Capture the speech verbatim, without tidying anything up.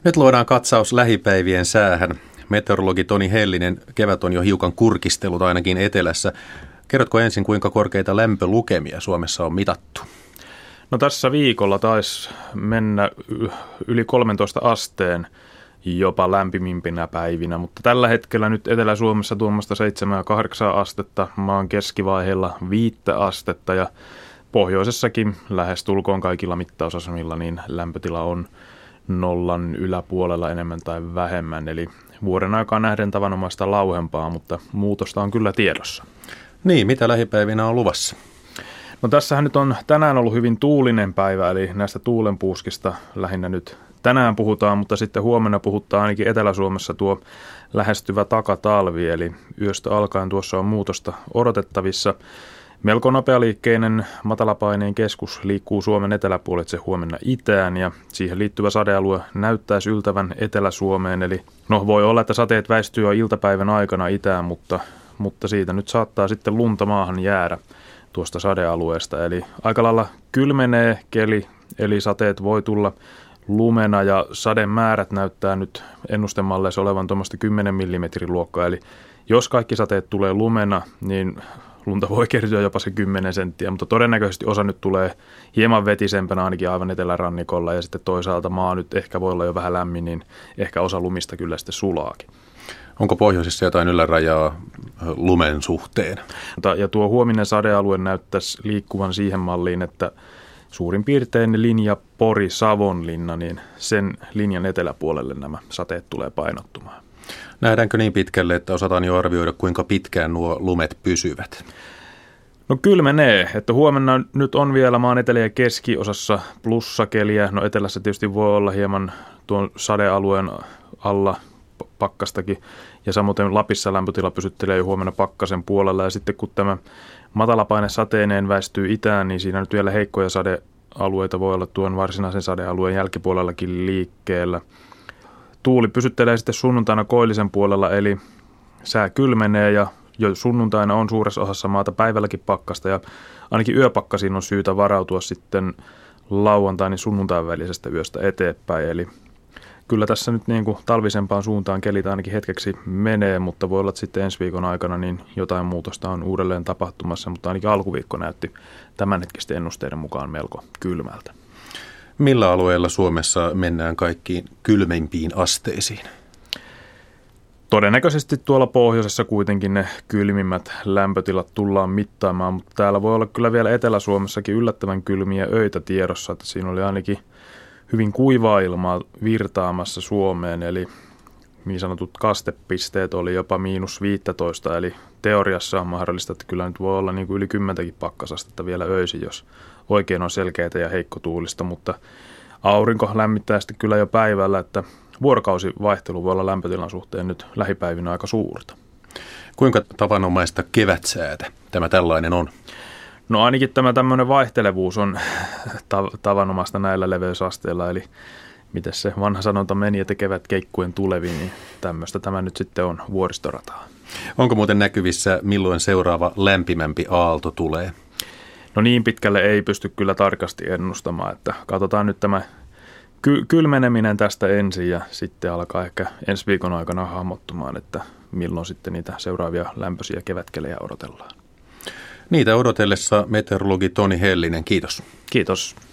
Nyt luodaan katsaus lähipäivien säähän. Meteorologi Toni Hellinen, kevät on jo hiukan kurkistellut ainakin etelässä. Kerrotko ensin, kuinka korkeita lämpölukemia Suomessa on mitattu? No tässä viikolla taisi mennä yli kolmentoista asteen jopa lämpimimpinä päivinä, mutta tällä hetkellä nyt Etelä-Suomessa tuommoista seitsemän ja kahdeksan astetta, maan keskivaiheella viittä astetta ja pohjoisessakin lähes tulkoon kaikilla mittausasemilla niin lämpötila on nollan yläpuolella enemmän tai vähemmän, eli vuoden aikaa nähden tavanomaista lauhempaa, mutta muutosta on kyllä tiedossa. Niin, mitä lähipäivinä on luvassa? No tässähän nyt on tänään ollut hyvin tuulinen päivä, eli näistä tuulenpuuskista lähinnä nyt tänään puhutaan, mutta sitten huomenna puhuttaa ainakin Etelä-Suomessa tuo lähestyvä takatalvi, eli yöstä alkaen tuossa on muutosta odotettavissa. Melko nopealiikkeinen matalapaineen keskus liikkuu Suomen eteläpuolitse huomenna itään ja siihen liittyvä sadealue näyttäisi yltävän Etelä-Suomeen. Eli no voi olla, että sateet väistyy jo iltapäivän aikana itään, mutta, mutta siitä nyt saattaa sitten lunta maahan jäädä tuosta sadealueesta. Eli aika lailla kylmenee keli, eli sateet voi tulla lumena ja sademäärät näyttää nyt ennustemalleissa olevan tuommoista kymmenen millimetrin luokkaa. Eli jos kaikki sateet tulee lumena, niin lunta voi kertyä jopa se kymmenen senttiä, mutta todennäköisesti osa nyt tulee hieman vetisempänä ainakin aivan etelärannikolla ja sitten toisaalta maa nyt ehkä voi olla jo vähän lämmin, niin ehkä osa lumista kyllä sitten sulaakin. Onko pohjoisessa jotain ylärajaa lumen suhteen? Ja tuo huominen sadealue näyttäisi liikkuvan siihen malliin, että suurin piirtein linja Pori-Savonlinna, niin sen linjan eteläpuolelle nämä sateet tulee painottumaan. Nähdäänkö niin pitkälle, että osataan jo arvioida, kuinka pitkään nuo lumet pysyvät? No kyllä menee, että huomenna nyt on vielä maan etelä- ja keskiosassa plussakeliä. No etelässä tietysti voi olla hieman tuon sadealueen alla pakkastakin. Ja samoin Lapissa lämpötila pysyttelee jo huomenna pakkasen puolella. Ja sitten kun tämä matalapaine sateineen väistyy itään, niin siinä nyt vielä heikkoja sadealueita voi olla tuon varsinaisen sadealueen jälkipuolellakin liikkeellä. Tuuli pysyttelee sitten sunnuntaina koillisen puolella, eli sää kylmenee ja jo sunnuntaina on suuressa osassa maata päivälläkin pakkasta ja ainakin yöpakkasiin on syytä varautua sitten lauantain ja sunnuntain välisestä yöstä eteenpäin. Eli kyllä tässä nyt niin kuin talvisempaan suuntaan kelit ainakin hetkeksi menee, mutta voi olla, että sitten ensi viikon aikana niin jotain muutosta on uudelleen tapahtumassa, mutta ainakin alkuviikko näytti tämänhetkisten ennusteiden mukaan melko kylmältä. Millä alueella Suomessa mennään kaikkiin kylmempiin asteisiin? Todennäköisesti tuolla pohjoisessa kuitenkin ne kylmimmät lämpötilat tullaan mittaamaan, mutta täällä voi olla kyllä vielä Etelä-Suomessakin yllättävän kylmiä öitä tiedossa, että siinä oli ainakin hyvin kuivaa ilmaa virtaamassa Suomeen, eli niin sanotut kastepisteet oli jopa miinus viisitoista, eli teoriassa on mahdollista, että kyllä nyt voi olla niin kuin yli kymmentäkin pakkasastetta vielä öisin, jos oikein on selkeitä ja heikkotuulista, mutta aurinko lämmittää sitten kyllä jo päivällä, että vuorokausivaihtelu voi olla lämpötilan suhteen nyt lähipäivinä aika suurta. Kuinka tavanomaista kevätsäätä tämä tällainen on? No ainakin tämä tämmöinen vaihtelevuus on tav- tavanomaista näillä leveysasteilla, eli miten se vanha sanonta meni, että kevät keikkujen tuleviin, niin tämmöistä tämä nyt sitten on vuoristorataa. Onko muuten näkyvissä, milloin seuraava lämpimämpi aalto tulee? No niin pitkälle ei pysty kyllä tarkasti ennustamaan, että katsotaan nyt tämä ky- kylmeneminen tästä ensin ja sitten alkaa ehkä ensi viikon aikana hahmottumaan, että milloin sitten niitä seuraavia lämpöisiä kevätkelejä odotellaan. Niitä odotellessa meteorologi Toni Hellinen, kiitos. Kiitos.